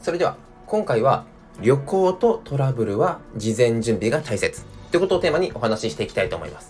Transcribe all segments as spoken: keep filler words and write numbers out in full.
それでは今回は旅行とトラブルは事前準備が大切ということをテーマにお話ししていきたいと思います。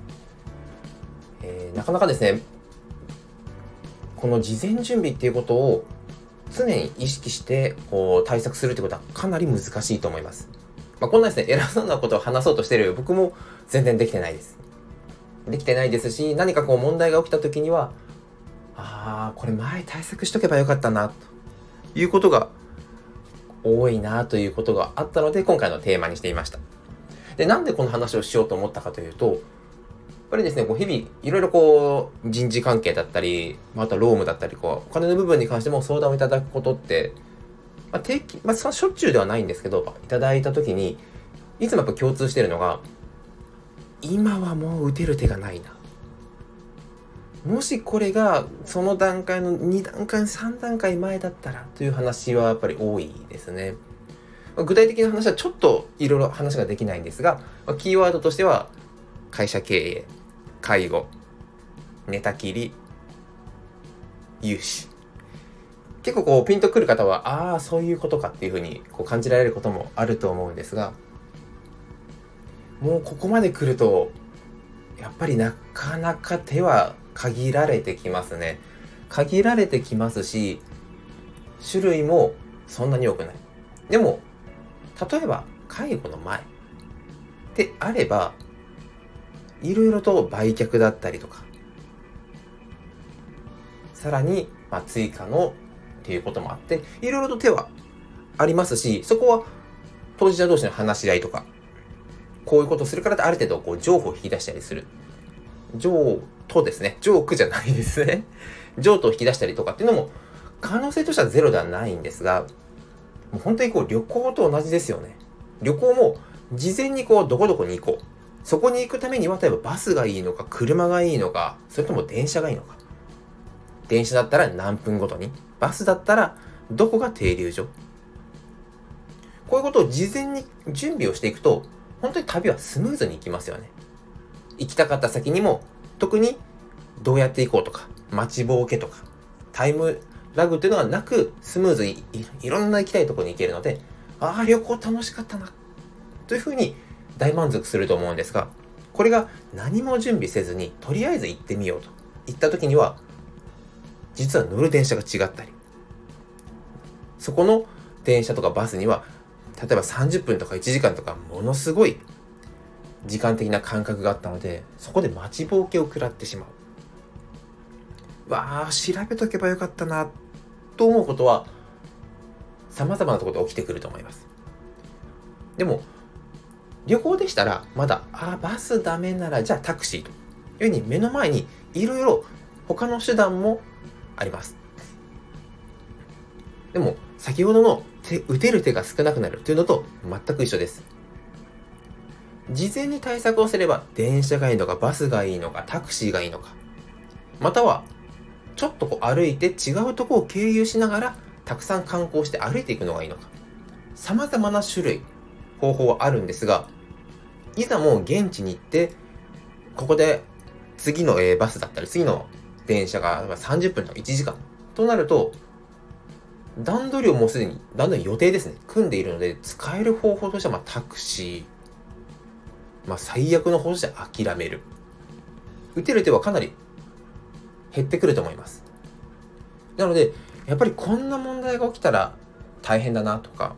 えー、なかなかですね、この事前準備っていうことを常に意識してこう対策するってことはかなり難しいと思います。まあ、こんなですね、偉そうなことを話そうとしている僕も全然できてないです。できてないですし、何かこう問題が起きた時には、ああ、これ前対策しとけばよかったな、ということが多いなということがあったので、今回のテーマにしていました。で、なんでこの話をしようと思ったかというと、やっぱりですね、こう日々いろいろこう人事関係だったり、あとは労務だったり、こうお金の部分に関しても相談をいただくことって、まあ、定期、まあ、そしょっちゅうではないんですけど、いただいた時にいつもやっぱ共通しているのが、今はもう打てる手がないな。もしこれがその段階のに段階さん段階前だったらという話はやっぱり多いですね。具体的な話はちょっといろいろ話ができないんですが、キーワードとしては会社経営、介護、寝たきり、融資。結構こうピンとくる方は、ああそういうことかっていうふうにこう感じられることもあると思うんですが、もうここまで来るとやっぱりなかなか手は限られてきますね。限られてきますし、種類もそんなに多くない。でも例えば介護の前であれば、いろいろと売却だったりとか、さらにまあ追加のっていうこともあって、いろいろと手はありますし、そこは当事者同士の話し合いとか、こういうことをするからってある程度こう情報を引き出したりする。情とですね、ジョークじゃないですね。情と引き出したりとかっていうのも可能性としてはゼロではないんですが、もう本当にこう旅行と同じですよね。旅行も事前にこうどこどこに行こう。そこに行くためには例えばバスがいいのか、車がいいのか、それとも電車がいいのか。電車だったら何分ごとに、バスだったらどこが停留所。こういうことを事前に準備をしていくと、本当に旅はスムーズに行きますよね。行きたかった先にも特にどうやって行こうとか、待ちぼうけとか、タイムラグっていうのがなくスムーズに い, いろんな行きたいところに行けるので、ああ旅行楽しかったなというふうに大満足すると思うんですが、これが何も準備せずにとりあえず行ってみようと行った時には、実は乗る電車が違ったり、そこの電車とかバスには例えばさんじゅっぷんとかいちじかんとかものすごい時間的な感覚があったので、そこで待ちぼうけを食らってしまう。わあ調べとけばよかったなと思うことは様々なところで起きてくると思います。でも旅行でしたらまだ、あバスダメならじゃあタクシーというふうに目の前にいろいろ他の手段もあります。でも先ほどの手打てる手が少なくなるというのと全く一緒です。事前に対策をすれば電車がいいのか、バスがいいのか、タクシーがいいのか、またはちょっとこう歩いて違うところを経由しながらたくさん観光して歩いていくのがいいのか、様々な種類方法はあるんですが、いざもう現地に行ってここで次のバスだったり次の電車がさんじゅっぷんとかいちじかんとなると、段取りをもうすでに段取り予定ですね組んでいるので、使える方法としてはまあタクシー、まあ最悪の方としては諦める。打てる手はかなり減ってくると思います。なのでやっぱりこんな問題が起きたら大変だなとか、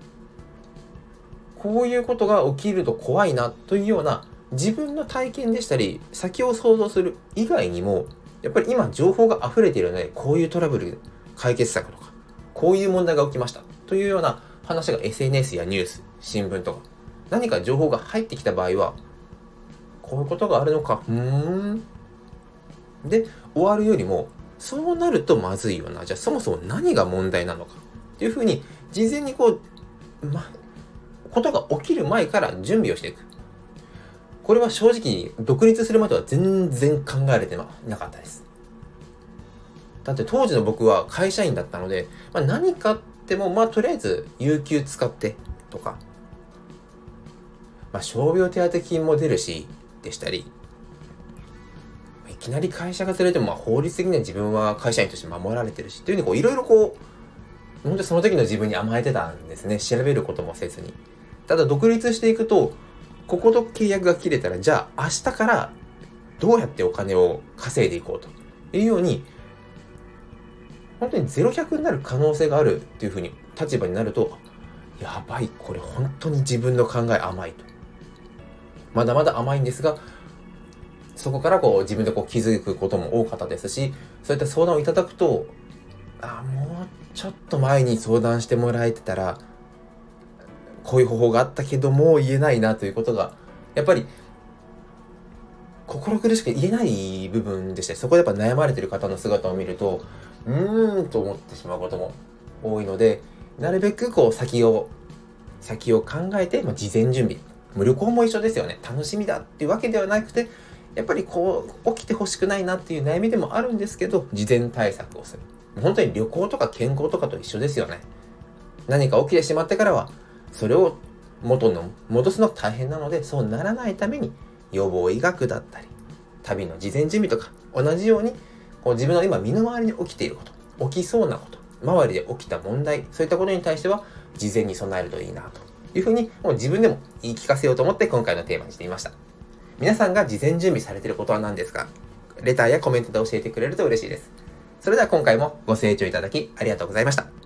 こういうことが起きると怖いなというような自分の体験でしたり先を想像する以外にも、やっぱり今情報が溢れているので、こういうトラブル解決策とか、こういう問題が起きましたというような話が エスエヌエス やニュース、新聞とか何か情報が入ってきた場合は、こういうことがあるのか、うーんで終わるよりも、そうなるとまずいよな、じゃあそもそも何が問題なのかっていうふうに事前にこう、ま、ことが起きる前から準備をしていく。これは正直独立するまでは全然考えられてなかったです。だって当時の僕は会社員だったので、まあ、何かあってもまあとりあえず有給使ってとか、まあ、傷病手当金も出るしでしたり、いきなり会社がずれてもまあ法律的には自分は会社員として守られてるしというふうにいろいろこう本当にその時の自分に甘えてたんですね。調べることもせずに。ただ独立していくと、ここと契約が切れたら、じゃあ明日からどうやってお金を稼いでいこうというように、本当にゼロひゃくになる可能性があるっていうふうに立場になると、やばい、これ本当に自分の考え甘いと。まだまだ甘いんですが、そこからこう自分でこう気づくことも多かったですし、そういった相談をいただくと、あ、もうちょっと前に相談してもらえてたら、こういう方法があったけどもう言えないなということが、やっぱり心苦しく言えない部分でした。そこでやっぱ悩まれている方の姿を見ると、うーんと思ってしまうことも多いので、なるべくこう先を、先を考えて、まあ、事前準備。旅行も一緒ですよね。楽しみだっていうわけではなくて、やっぱりこう、起きてほしくないなっていう悩みでもあるんですけど、事前対策をする。本当に旅行とか健康とかと一緒ですよね。何か起きてしまってからは、それを元の、戻すのが大変なので、そうならないために、予防医学だったり、旅の事前準備とか、同じように、こう自分の今身の回りに起きていること、起きそうなこと、周りで起きた問題、そういったことに対しては、事前に備えるといいなというふうに、もう自分でも言い聞かせようと思って今回のテーマにしてみました。皆さんが事前準備されていることは何ですか？レターやコメントで教えてくれると嬉しいです。それでは今回もご清聴いただきありがとうございました。